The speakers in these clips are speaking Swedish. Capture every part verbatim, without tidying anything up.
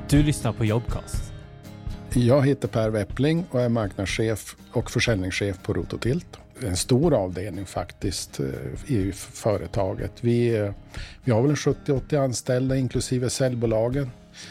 Du lyssnar på Jobcast. Jag heter Per Weppling och är marknadschef och försäljningschef på Rototilt. En stor avdelning faktiskt i företaget. Vi, vi har väl sjuttio åttio anställda inklusive säljbolagen.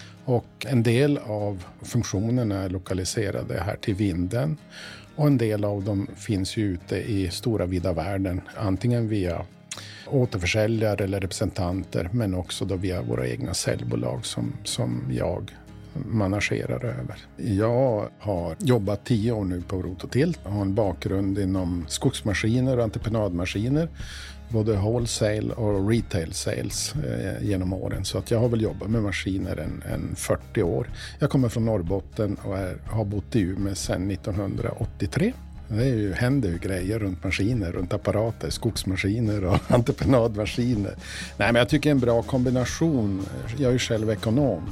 Och en del av funktionerna är lokaliserade här till Vindeln. Och en del av dem finns ju ute i stora vida världen. Antingen via återförsäljare eller representanter. Men också då via våra egna säljbolag som, som jag managerar över. Jag har jobbat tio år nu på Rototilt. Jag har en bakgrund inom skogsmaskiner och entreprenadmaskiner. Både wholesale och retail sales eh, genom åren. Så att jag har väl jobbat med maskiner en, en fyrtio år. Jag kommer från Norrbotten och är, har bott i Umeå sedan nittonhundraåttiotre. Det är ju, händer ju grejer runt maskiner, runt apparater, skogsmaskiner och entreprenadmaskiner. Nej, men jag tycker en bra kombination. Jag är ju själv ekonom.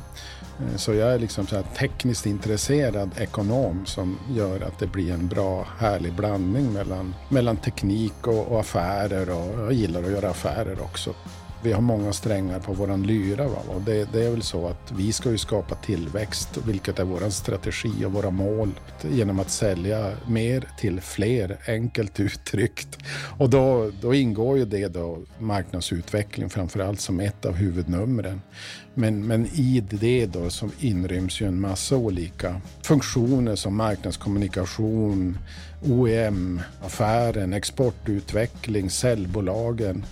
Så jag är liksom så här tekniskt intresserad ekonom som gör att det blir en bra, härlig blandning mellan, mellan teknik och, och affärer. Och jag gillar att göra affärer också. Vi har många strängar på våran lyra. Va? Och det, det är väl så att vi ska ju skapa tillväxt, vilket är våran strategi och våra mål, genom att sälja mer till fler, enkelt uttryckt. Och då, då ingår ju det då marknadsutveckling framförallt som ett av huvudnumren. Men, men i det då som inryms ju en massa olika funktioner som marknadskommunikation, O E M-affären, exportutveckling, säljbolagen,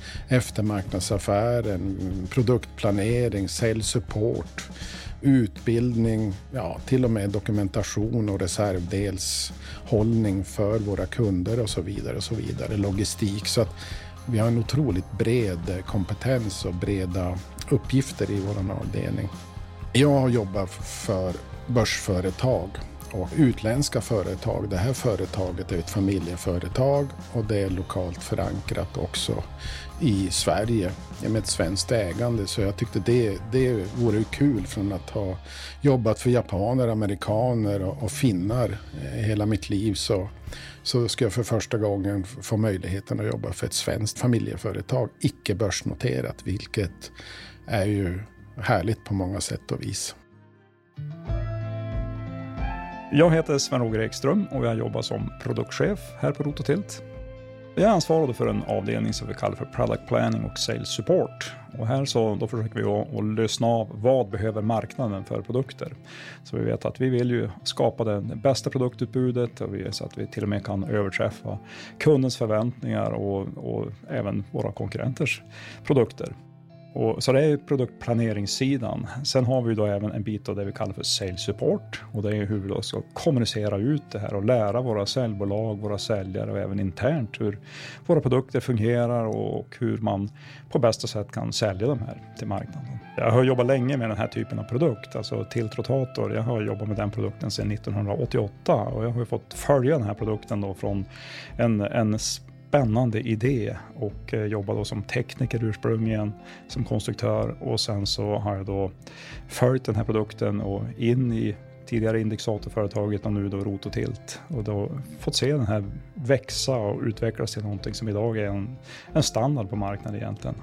eftermarknadsaffären, produktplanering, säljsupport, utbildning, ja, till och med dokumentation och reservdelshållning för våra kunder och så vidare och så vidare, logistik. Så att vi har en otroligt bred kompetens och breda uppgifter i vår avdelning. Jag har jobbat för börsföretag och utländska företag. Det här företaget är ett familjeföretag och det är lokalt förankrat också i Sverige med ett svenskt ägande. Så jag tyckte det, det vore kul från att ha jobbat för japaner, amerikaner och, och finnar hela mitt liv. Så, så ska jag för första gången få möjligheten att jobba för ett svenskt familjeföretag, icke börsnoterat, vilket är ju härligt på många sätt och vis. Jag heter Sven-Roger Ekström och jag jobbar som produktchef här på Rototilt. Jag är ansvarig för en avdelning som vi kallar för Product Planning och Sales Support. Och här så då försöker vi att, att lyssna av vad behöver marknaden för produkter. Så vi vet att vi vill ju skapa det bästa produktutbudet och vi, så att vi till och med kan överträffa kundens förväntningar och, och även våra konkurrenters produkter. Och, så det är produktplaneringssidan. Sen har vi då även en bit av det vi kallar för sales support. Och det är hur vi då ska kommunicera ut det här och lära våra säljbolag, våra säljare och även internt hur våra produkter fungerar och hur man på bästa sätt kan sälja dem här till marknaden. Jag har jobbat länge med den här typen av produkt, alltså Tilt Rotator. Jag har jobbat med den produkten sedan nittonhundraåttioåtta och jag har fått följa den här produkten då från en, en spännande idé och eh, jobbar då som tekniker ursprungligen, som konstruktör och sen så har jag då följt den här produkten och in i tidigare indexatorföretaget och nu då Rototilt och då fått se den här växa och utvecklas till någonting som idag är en, en standard på marknaden egentligen.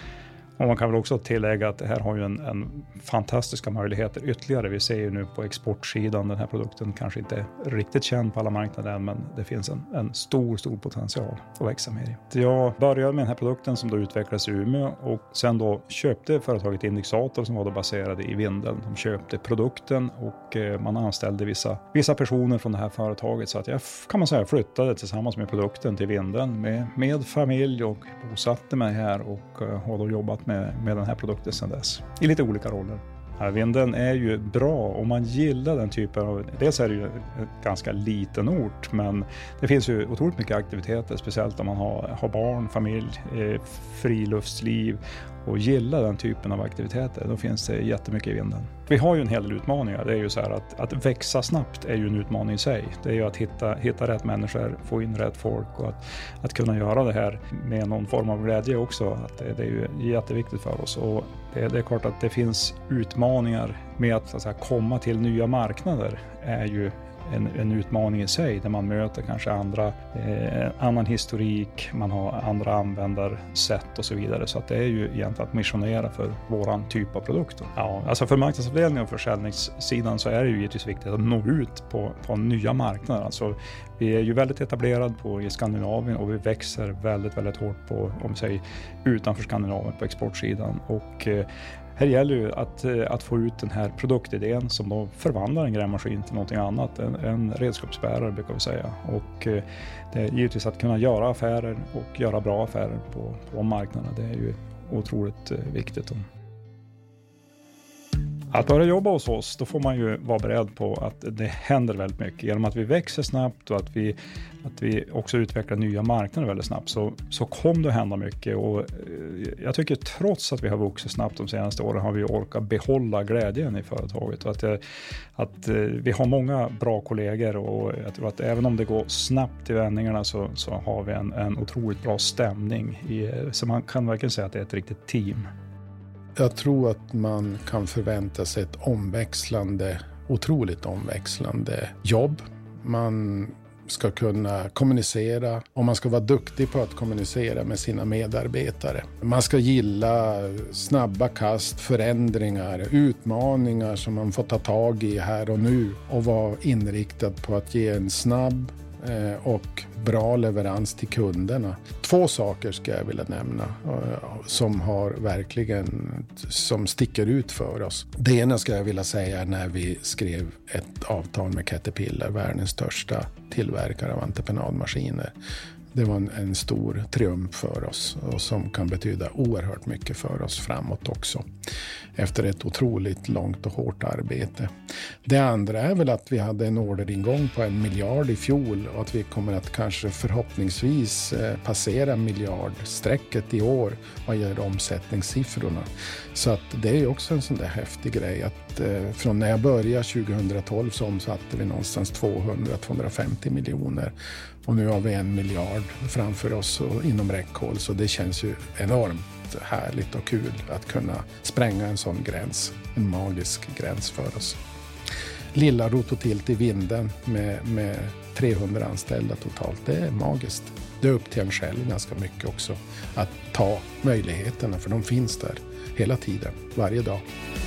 Och man kan väl också tillägga att det här har ju en, en fantastiska möjligheter ytterligare. Vi ser ju nu på exportsidan, den här produkten kanske inte är riktigt känd på alla marknader, men det finns en, en stor, stor potential att växa med i. Jag började med den här produkten som då utvecklades i Umeå och sen då köpte företaget Indexator som var då baserade i Vindeln. De köpte produkten och man anställde vissa, vissa personer från det här företaget så att jag kan man säga flyttade tillsammans med produkten till Vindeln med, med familj och bosatte mig här och har då jobbat Med, med den här produkten sedan dess. I lite olika roller. Här, Vindeln är ju bra om man gillar den typen av... Dels är det ju en ganska liten ort, men det finns ju otroligt mycket aktiviteter, speciellt om man har, har barn, familj, eh, friluftsliv och gillar den typen av aktiviteter. Då finns det jättemycket i Vindeln. Vi har ju en hel del utmaningar. Det är ju så här att, att växa snabbt är ju en utmaning i sig. Det är ju att hitta, hitta rätt människor, få in rätt folk och att, att kunna göra det här med någon form av glädje också. Att det, det är ju jätteviktigt för oss. Och det, det är klart att det finns utmaningar med att, så att säga, komma till nya marknader är ju en, en utmaning i sig där man möter kanske andra, eh, annan historik, man har andra användarsätt och så vidare. Så att det är ju egentligen att missionera för våran typ av produkter. Ja, alltså för marknadsavdelningen och försäljningssidan så är det ju givetvis viktigt att nå ut på, på nya marknader. Alltså, vi är ju väldigt etablerade på i Skandinavien och vi växer väldigt, väldigt hårt på, om vi säger, utanför Skandinavien på exportsidan. Och eh, här gäller ju att, att få ut den här produktidén som då förvandlar en grävmaskin till någonting annat. En, en redskapsbärare brukar vi säga. Och eh, det är givetvis att kunna göra affärer och göra bra affärer på, på marknaden. Det är ju otroligt eh, viktigt. Att börja jobba hos oss, då får man ju vara beredd på att det händer väldigt mycket. Genom att vi växer snabbt och att vi, att vi också utvecklar nya marknader väldigt snabbt så, så kommer det hända mycket. Och jag tycker trots att vi har vuxit snabbt de senaste åren har vi orkat behålla glädjen i företaget. Och att, att vi har många bra kollegor och att, att även om det går snabbt i vändningarna så, så har vi en, en otroligt bra stämning. I, så man kan verkligen säga att det är ett riktigt team. Jag tror att man kan förvänta sig ett omväxlande, otroligt omväxlande jobb. Man ska kunna kommunicera och man ska vara duktig på att kommunicera med sina medarbetare. Man ska gilla snabba kast, förändringar, utmaningar som man får ta tag i här och nu och vara inriktad på att ge en snabb och bra leverans till kunderna. Två saker ska jag vilja nämna som har verkligen som sticker ut för oss. Det ena ska jag vilja säga när vi skrev ett avtal med Caterpillar, världens största tillverkare av entreprenadmaskiner. Det var en, en stor triumf för oss och som kan betyda oerhört mycket för oss framåt också. Efter ett otroligt långt och hårt arbete. Det andra är väl att vi hade en orderingång på en miljard i fjol och att vi kommer att kanske förhoppningsvis eh, passera miljardsträcket i år vad gäller omsättningssiffrorna. Så att det är ju också en sån där häftig grej att eh, från när jag började tjugohundratolv så omsatte vi någonstans tvåhundra till tvåhundrafemtio miljoner. Och nu har vi en miljard framför oss och inom räckhåll så det känns ju enormt härligt och kul att kunna spränga en sån gräns, en magisk gräns för oss. Lilla Rototilt i Vinden med, med trehundra anställda totalt, det är magiskt. Det är upp till en själv ganska mycket också att ta möjligheterna för de finns där hela tiden, varje dag.